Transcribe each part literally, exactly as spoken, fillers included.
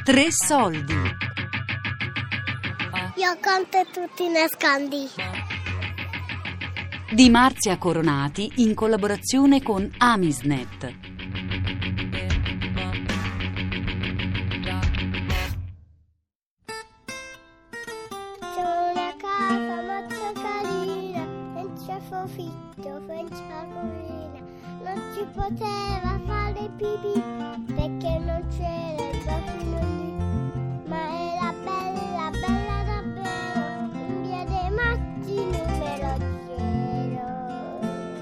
Tre soldi. Io conto tutti i nascondi. Di Marzia Coronati in collaborazione con Amisnet. C'è una casa molto carina, non c'è fofitto, non c'è colina. Non ci poteva fare pipì perché non c'era il bacino lì. Ma era bella, bella davvero, in via dei Matti numero zero.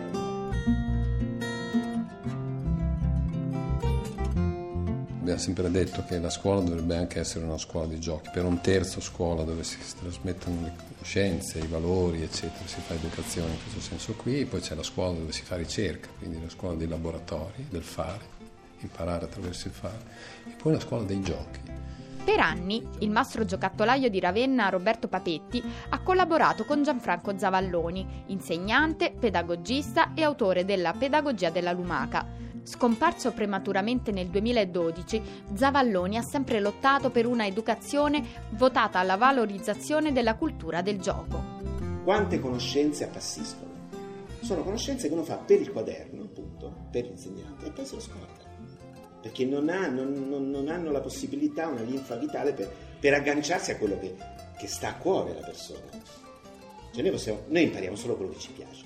Abbiamo sempre detto che la scuola dovrebbe anche essere una scuola di giochi, per un terzo scuola dove si trasmettono le conoscenze, i valori, eccetera, si fa educazione in questo senso qui, poi c'è la scuola dove si fa ricerca, quindi la scuola dei laboratori, del fare, imparare attraverso il fare, e poi la scuola dei giochi. Per anni il mastro giocattolaio di Ravenna Roberto Papetti ha collaborato con Gianfranco Zavalloni, insegnante, pedagogista e autore della Pedagogia della lumaca. Scomparso prematuramente nel duemiladodici, Zavalloni ha sempre lottato per una educazione votata alla valorizzazione della cultura del gioco. Quante conoscenze appassiscono? Sono conoscenze che uno fa per il quaderno, appunto, per l'insegnante, e poi se lo scorda. Perché non, ha, non, non, non hanno la possibilità, una linfa vitale per, per agganciarsi a quello che, che sta a cuore alla persona. Cioè noi, possiamo, noi impariamo solo quello che ci piace.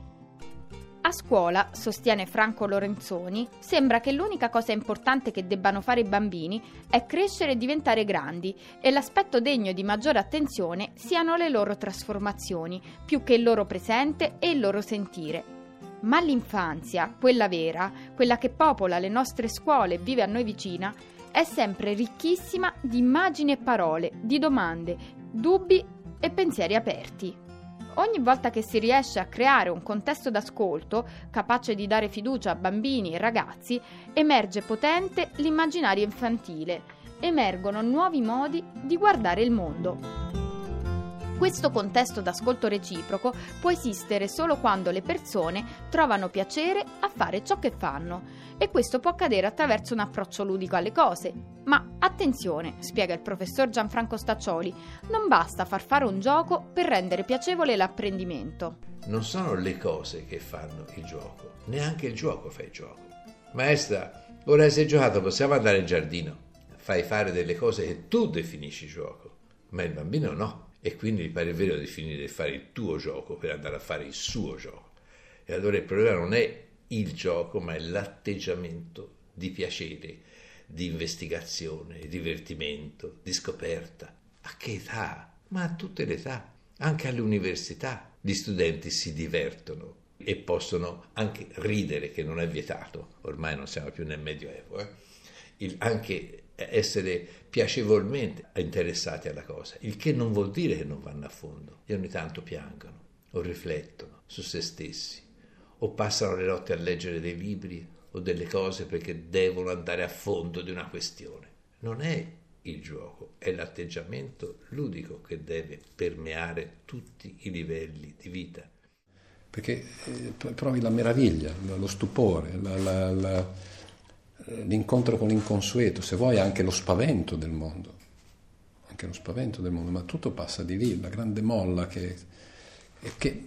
A scuola, sostiene Franco Lorenzoni, sembra che l'unica cosa importante che debbano fare i bambini è crescere e diventare grandi e l'aspetto degno di maggiore attenzione siano le loro trasformazioni, più che il loro presente e il loro sentire. Ma l'infanzia, quella vera, quella che popola le nostre scuole e vive a noi vicina, è sempre ricchissima di immagini e parole, di domande, dubbi e pensieri aperti. Ogni volta che si riesce a creare un contesto d'ascolto capace di dare fiducia a bambini e ragazzi, emerge potente l'immaginario infantile, emergono nuovi modi di guardare il mondo. Questo contesto d'ascolto reciproco può esistere solo quando le persone trovano piacere a fare ciò che fanno, e questo può accadere attraverso un approccio ludico alle cose. Ma attenzione, spiega il professor Gianfranco Staccioli, non basta far fare un gioco per rendere piacevole l'apprendimento. Non sono le cose che fanno il gioco, neanche il gioco fa il gioco. Maestra, ora sei giocato, possiamo andare in giardino? Fai fare delle cose che tu definisci gioco, ma il bambino no. E quindi mi pare vero definire e fare il tuo gioco per andare a fare il suo gioco. E allora il problema non è il gioco, ma è l'atteggiamento di piacere, di investigazione, di divertimento, di scoperta. A che età? Ma a tutte le età, anche alle università. Gli studenti si divertono e possono anche ridere, che non è vietato, ormai non siamo più nel Medioevo, eh? Il, anche essere piacevolmente interessati alla cosa, il che non vuol dire che non vanno a fondo, e ogni tanto piangono o riflettono su se stessi o passano le notti a leggere dei libri o delle cose perché devono andare a fondo di una questione. Non è il gioco, è l'atteggiamento ludico che deve permeare tutti i livelli di vita. Perché eh, provi la meraviglia, lo stupore, la, la, la l'incontro con l'inconsueto, se vuoi anche lo spavento del mondo, anche lo spavento del mondo, ma tutto passa di lì, la grande molla che, che,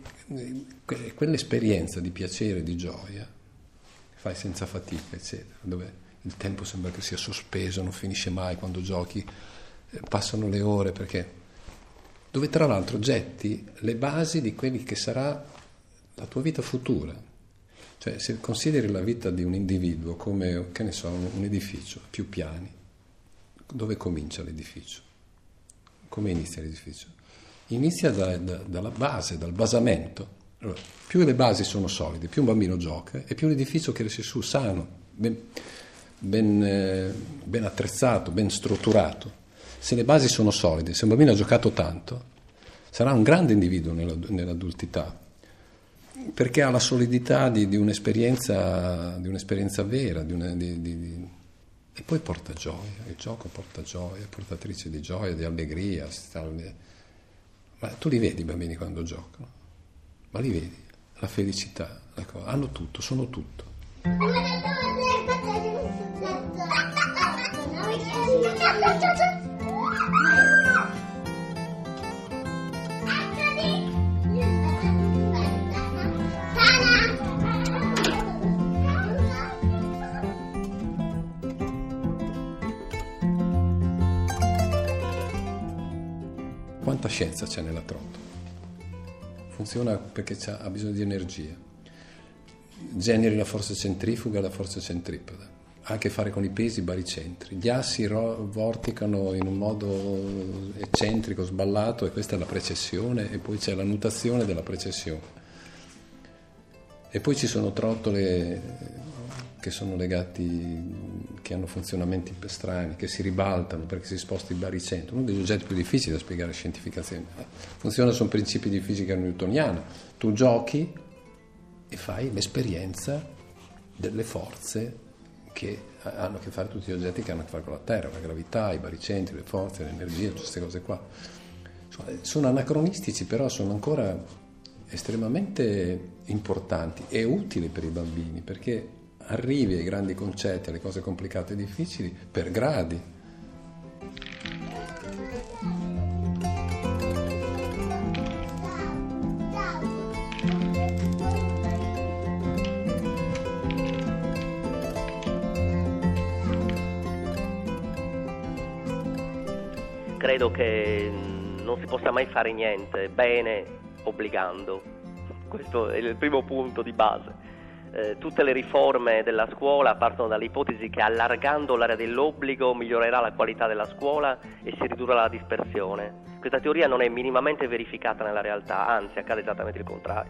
che quell'esperienza di piacere, di gioia, che fai senza fatica, eccetera, dove il tempo sembra che sia sospeso, non finisce mai quando giochi, passano le ore, perché dove tra l'altro getti le basi di quelli che sarà la tua vita futura. Cioè, se consideri la vita di un individuo come, che ne so, un edificio, più piani, dove comincia l'edificio? Come inizia l'edificio? Inizia da, da, dalla base, dal basamento. Allora, più le basi sono solide, più un bambino gioca e più l'edificio cresce su, sano, ben, ben, eh, ben attrezzato, ben strutturato. Se le basi sono solide, se un bambino ha giocato tanto, sarà un grande individuo nella, nell'adultità, perché ha la solidità di, di un'esperienza di un'esperienza vera, di una, di, di, di... e poi porta gioia, il gioco porta gioia, è portatrice di gioia, di allegria. Ma tu li vedi i bambini quando giocano? Ma li vedi? La felicità, la cosa. Hanno tutto, sono tutto. Quanta scienza c'è nella trottola? Funziona perché c'ha, ha bisogno di energia. Generi la forza centrifuga e la forza centripeta. Ha a che fare con i pesi baricentri. Gli assi ro- vorticano in un modo eccentrico, sballato, e questa è la precessione, e poi c'è la nutazione della precessione. E poi ci sono trottole che sono legati, che hanno funzionamenti strani, che si ribaltano perché si sposta il baricentro. Uno degli oggetti più difficili da spiegare scientificamente. Funziona su principi di fisica newtoniana. Tu giochi e fai l'esperienza delle forze che hanno a che fare, tutti gli oggetti che hanno a che fare con la Terra, la gravità, i baricentri, le forze, l'energia, tutte queste cose qua. Sono anacronistici, però sono ancora estremamente importanti e utili per i bambini, perché arrivi ai grandi concetti, alle cose complicate e difficili per gradi. Credo che non si possa mai fare niente bene obbligando. Questo è il primo punto di base. Eh, tutte le riforme della scuola partono dall'ipotesi che allargando l'area dell'obbligo migliorerà la qualità della scuola e si ridurrà la dispersione. Questa teoria non è minimamente verificata nella realtà, anzi accade esattamente il contrario.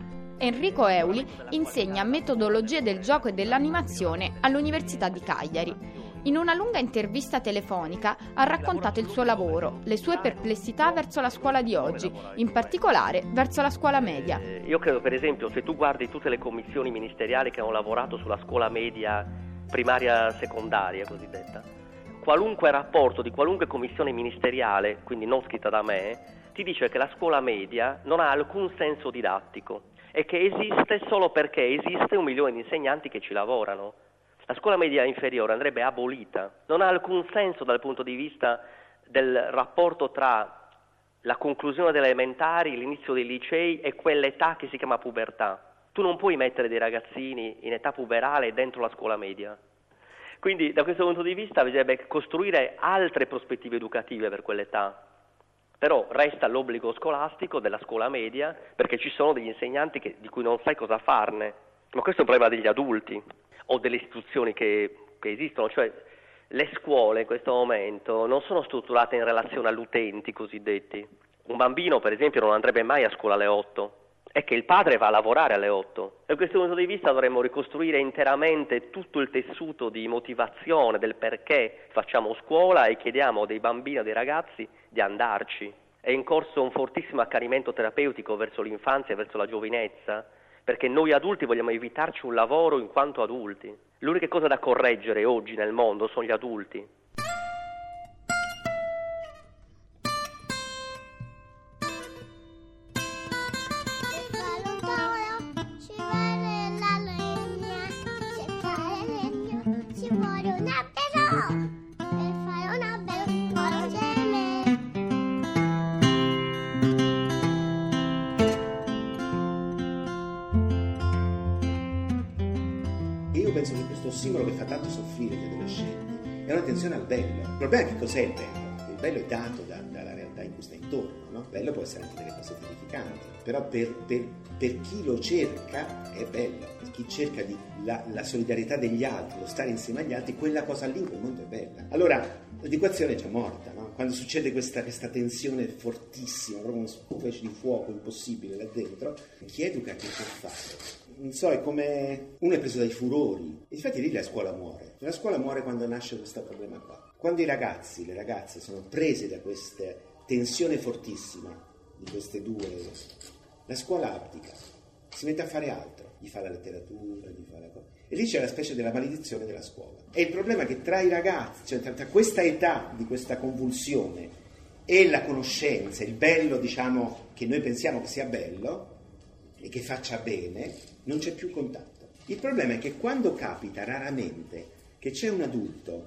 Enrico Euli insegna metodologie del gioco e dell'animazione all'Università di Cagliari. In una lunga intervista telefonica ha raccontato il suo lavoro, le sue perplessità verso la scuola di oggi, in particolare verso la scuola media. Eh, io credo, per esempio, se tu guardi tutte le commissioni ministeriali che hanno lavorato sulla scuola media primaria secondaria cosiddetta, qualunque rapporto di qualunque commissione ministeriale, quindi non scritta da me, ti dice che la scuola media non ha alcun senso didattico e che esiste solo perché esiste un milione di insegnanti che ci lavorano. La scuola media inferiore andrebbe abolita, non ha alcun senso dal punto di vista del rapporto tra la conclusione delle elementari, l'inizio dei licei e quell'età che si chiama pubertà. Tu non puoi mettere dei ragazzini in età puberale dentro la scuola media. Quindi da questo punto di vista bisognerebbe costruire altre prospettive educative per quell'età. Però resta l'obbligo scolastico della scuola media perché ci sono degli insegnanti che, di cui non sai cosa farne. Ma questo è un problema degli adulti o delle istituzioni che, che esistono, cioè le scuole in questo momento non sono strutturate in relazione agli utenti cosiddetti. Un bambino, per esempio, non andrebbe mai a scuola alle otto, è che il padre va a lavorare alle otto. Da questo punto di vista dovremmo ricostruire interamente tutto il tessuto di motivazione del perché facciamo scuola e chiediamo dei bambini o dei ragazzi di andarci. È in corso un fortissimo accanimento terapeutico verso l'infanzia e verso la giovinezza, perché noi adulti vogliamo evitarci un lavoro in quanto adulti. L'unica cosa da correggere oggi nel mondo sono gli adulti. Penso che questo simbolo che fa tanto soffrire gli adolescenti è un'attenzione al bello. Il problema è che cos'è il bello? Il bello è dato da, dalla realtà in cui sta intorno, no? Il bello può essere anche delle cose terrificanti, però per, per, per chi lo cerca è bello. Per chi cerca di, la, la solidarietà degli altri, lo stare insieme agli altri, quella cosa lì in quel mondo è bella. Allora, l'educazione è già morta, no? Quando succede questa, questa tensione fortissima, proprio una specie di fuoco impossibile là dentro, chi educa che può fare? Non so, è come uno è preso dai furori. Infatti lì la scuola muore. La scuola muore quando nasce questo problema qua. Quando i ragazzi, le ragazze sono prese da questa tensione fortissima di queste due, la scuola abdica, si mette a fare altro, gli fa la letteratura, gli fa la cosa. E lì c'è la specie della maledizione della scuola. E il problema è che tra i ragazzi, cioè tra, tra questa età di questa convulsione e la conoscenza, il bello, diciamo, che noi pensiamo che sia bello e che faccia bene, non c'è più contatto. Il problema è che quando capita raramente che c'è un adulto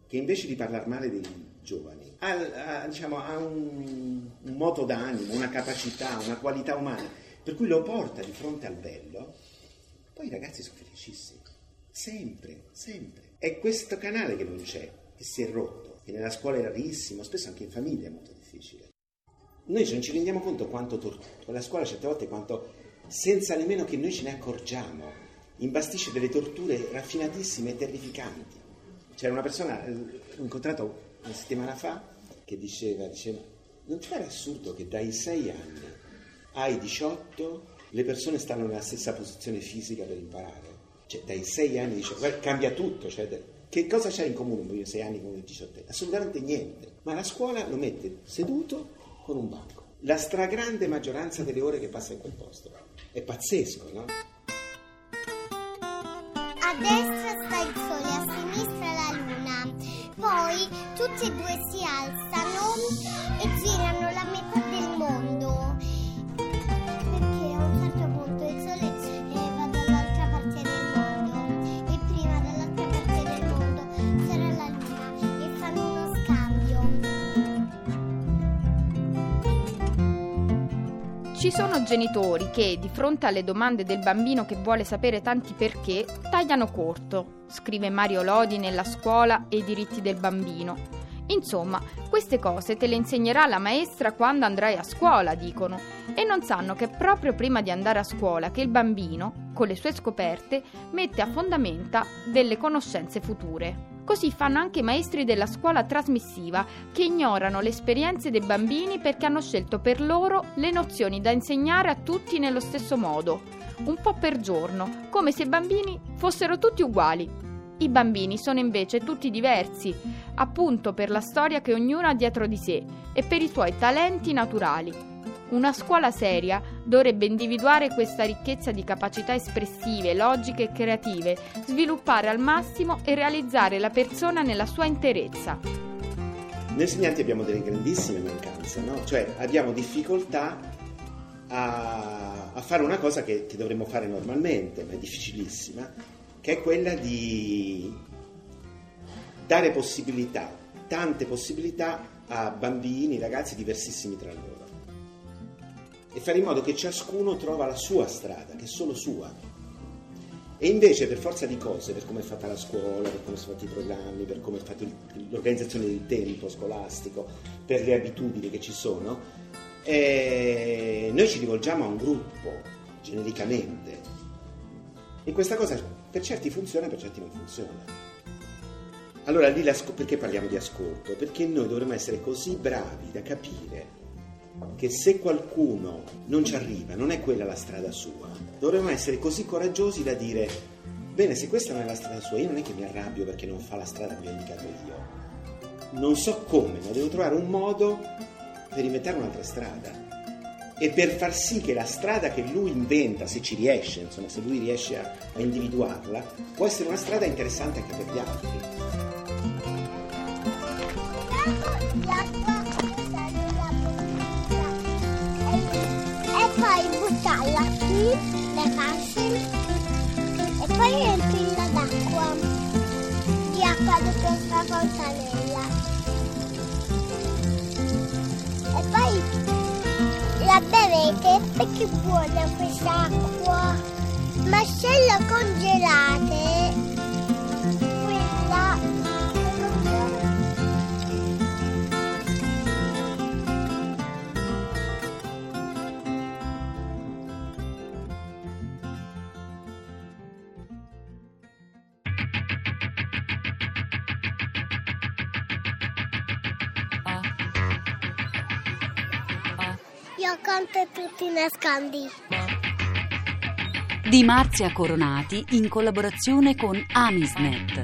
che invece di parlare male dei giovani ha, ha, diciamo, ha un, un moto d'animo, una capacità, una qualità umana, per cui lo porta di fronte al bello, poi i ragazzi sono felicissimi, sempre, sempre. È questo canale che non c'è, che si è rotto, che nella scuola è rarissimo, spesso anche in famiglia è molto difficile. Noi non ci rendiamo conto quanto tortura, la scuola certe volte quanto, senza nemmeno che noi ce ne accorgiamo, imbastisce delle torture raffinatissime e terrificanti. C'era una persona, l'ho incontrato una settimana fa, che diceva, diceva, non ti pare assurdo che dai sei anni ai diciotto le persone stanno nella stessa posizione fisica per imparare? Cioè dai sei anni, dice, guarda, cambia tutto, cioè, che cosa c'è in comune un bambino di sei anni con un diciotto anni? Assolutamente niente, ma la scuola lo mette seduto con un banco, la stragrande maggioranza delle ore che passa in quel posto. È pazzesco, no? A destra sta il sole, a sinistra la luna. Poi tutti e due si alzano e girano la metà del mondo. Perché a un certo punto il sole eh, va dall'altra parte del mondo e prima dall'altra parte del mondo sarà la luna e fanno uno scambio. Ci sono genitori che, di fronte alle domande del bambino che vuole sapere tanti perché, tagliano corto, scrive Mario Lodi nella Scuola e i diritti del bambino. Insomma, queste cose te le insegnerà la maestra quando andrai a scuola, dicono, e non sanno che proprio prima di andare a scuola che il bambino, con le sue scoperte, mette a fondamenta delle conoscenze future. Così fanno anche i maestri della scuola trasmissiva, che ignorano le esperienze dei bambini perché hanno scelto per loro le nozioni da insegnare a tutti nello stesso modo, un po' per giorno, come se i bambini fossero tutti uguali. I bambini sono invece tutti diversi, appunto per la storia che ognuno ha dietro di sé e per i suoi talenti naturali. Una scuola seria dovrebbe individuare questa ricchezza di capacità espressive, logiche e creative, sviluppare al massimo e realizzare la persona nella sua interezza. Noi insegnanti abbiamo delle grandissime mancanze, no? Cioè abbiamo difficoltà a, a fare una cosa che, che dovremmo fare normalmente, ma è difficilissima, che è quella di dare possibilità, tante possibilità a bambini, ragazzi diversissimi tra loro. E fare in modo che ciascuno trova la sua strada, che è solo sua. E invece per forza di cose, per come è fatta la scuola, per come sono fatti i programmi, per come è fatta l'organizzazione del tempo scolastico, per le abitudini che ci sono, eh, noi ci rivolgiamo a un gruppo, genericamente. E questa cosa per certi funziona, per certi non funziona. Allora lì, perché parliamo di ascolto? Perché noi dovremmo essere così bravi da capire che se qualcuno non ci arriva, non è quella la strada sua, dovremmo essere così coraggiosi da dire, bene, se questa non è la strada sua, io non è che mi arrabbio perché non fa la strada che vi ho indicato io, non so come, ma devo trovare un modo per inventare un'altra strada e per far sì che la strada che lui inventa, se ci riesce, insomma, se lui riesce a, a individuarla, può essere una strada interessante anche per gli altri. Poi buttarla qui, le casse, e poi riempirla d'acqua, di acqua di questa fontanella. E poi la bevete perché è buona questa acqua, ma se la congelate, quella io conto tutti i nascondi. Di Marzia Coronati in collaborazione con Amisnet.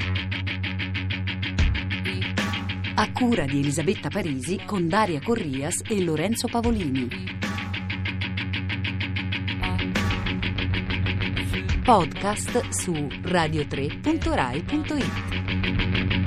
A cura di Elisabetta Parisi con Daria Corrias e Lorenzo Pavolini. Podcast su radio tre punto rai punto it.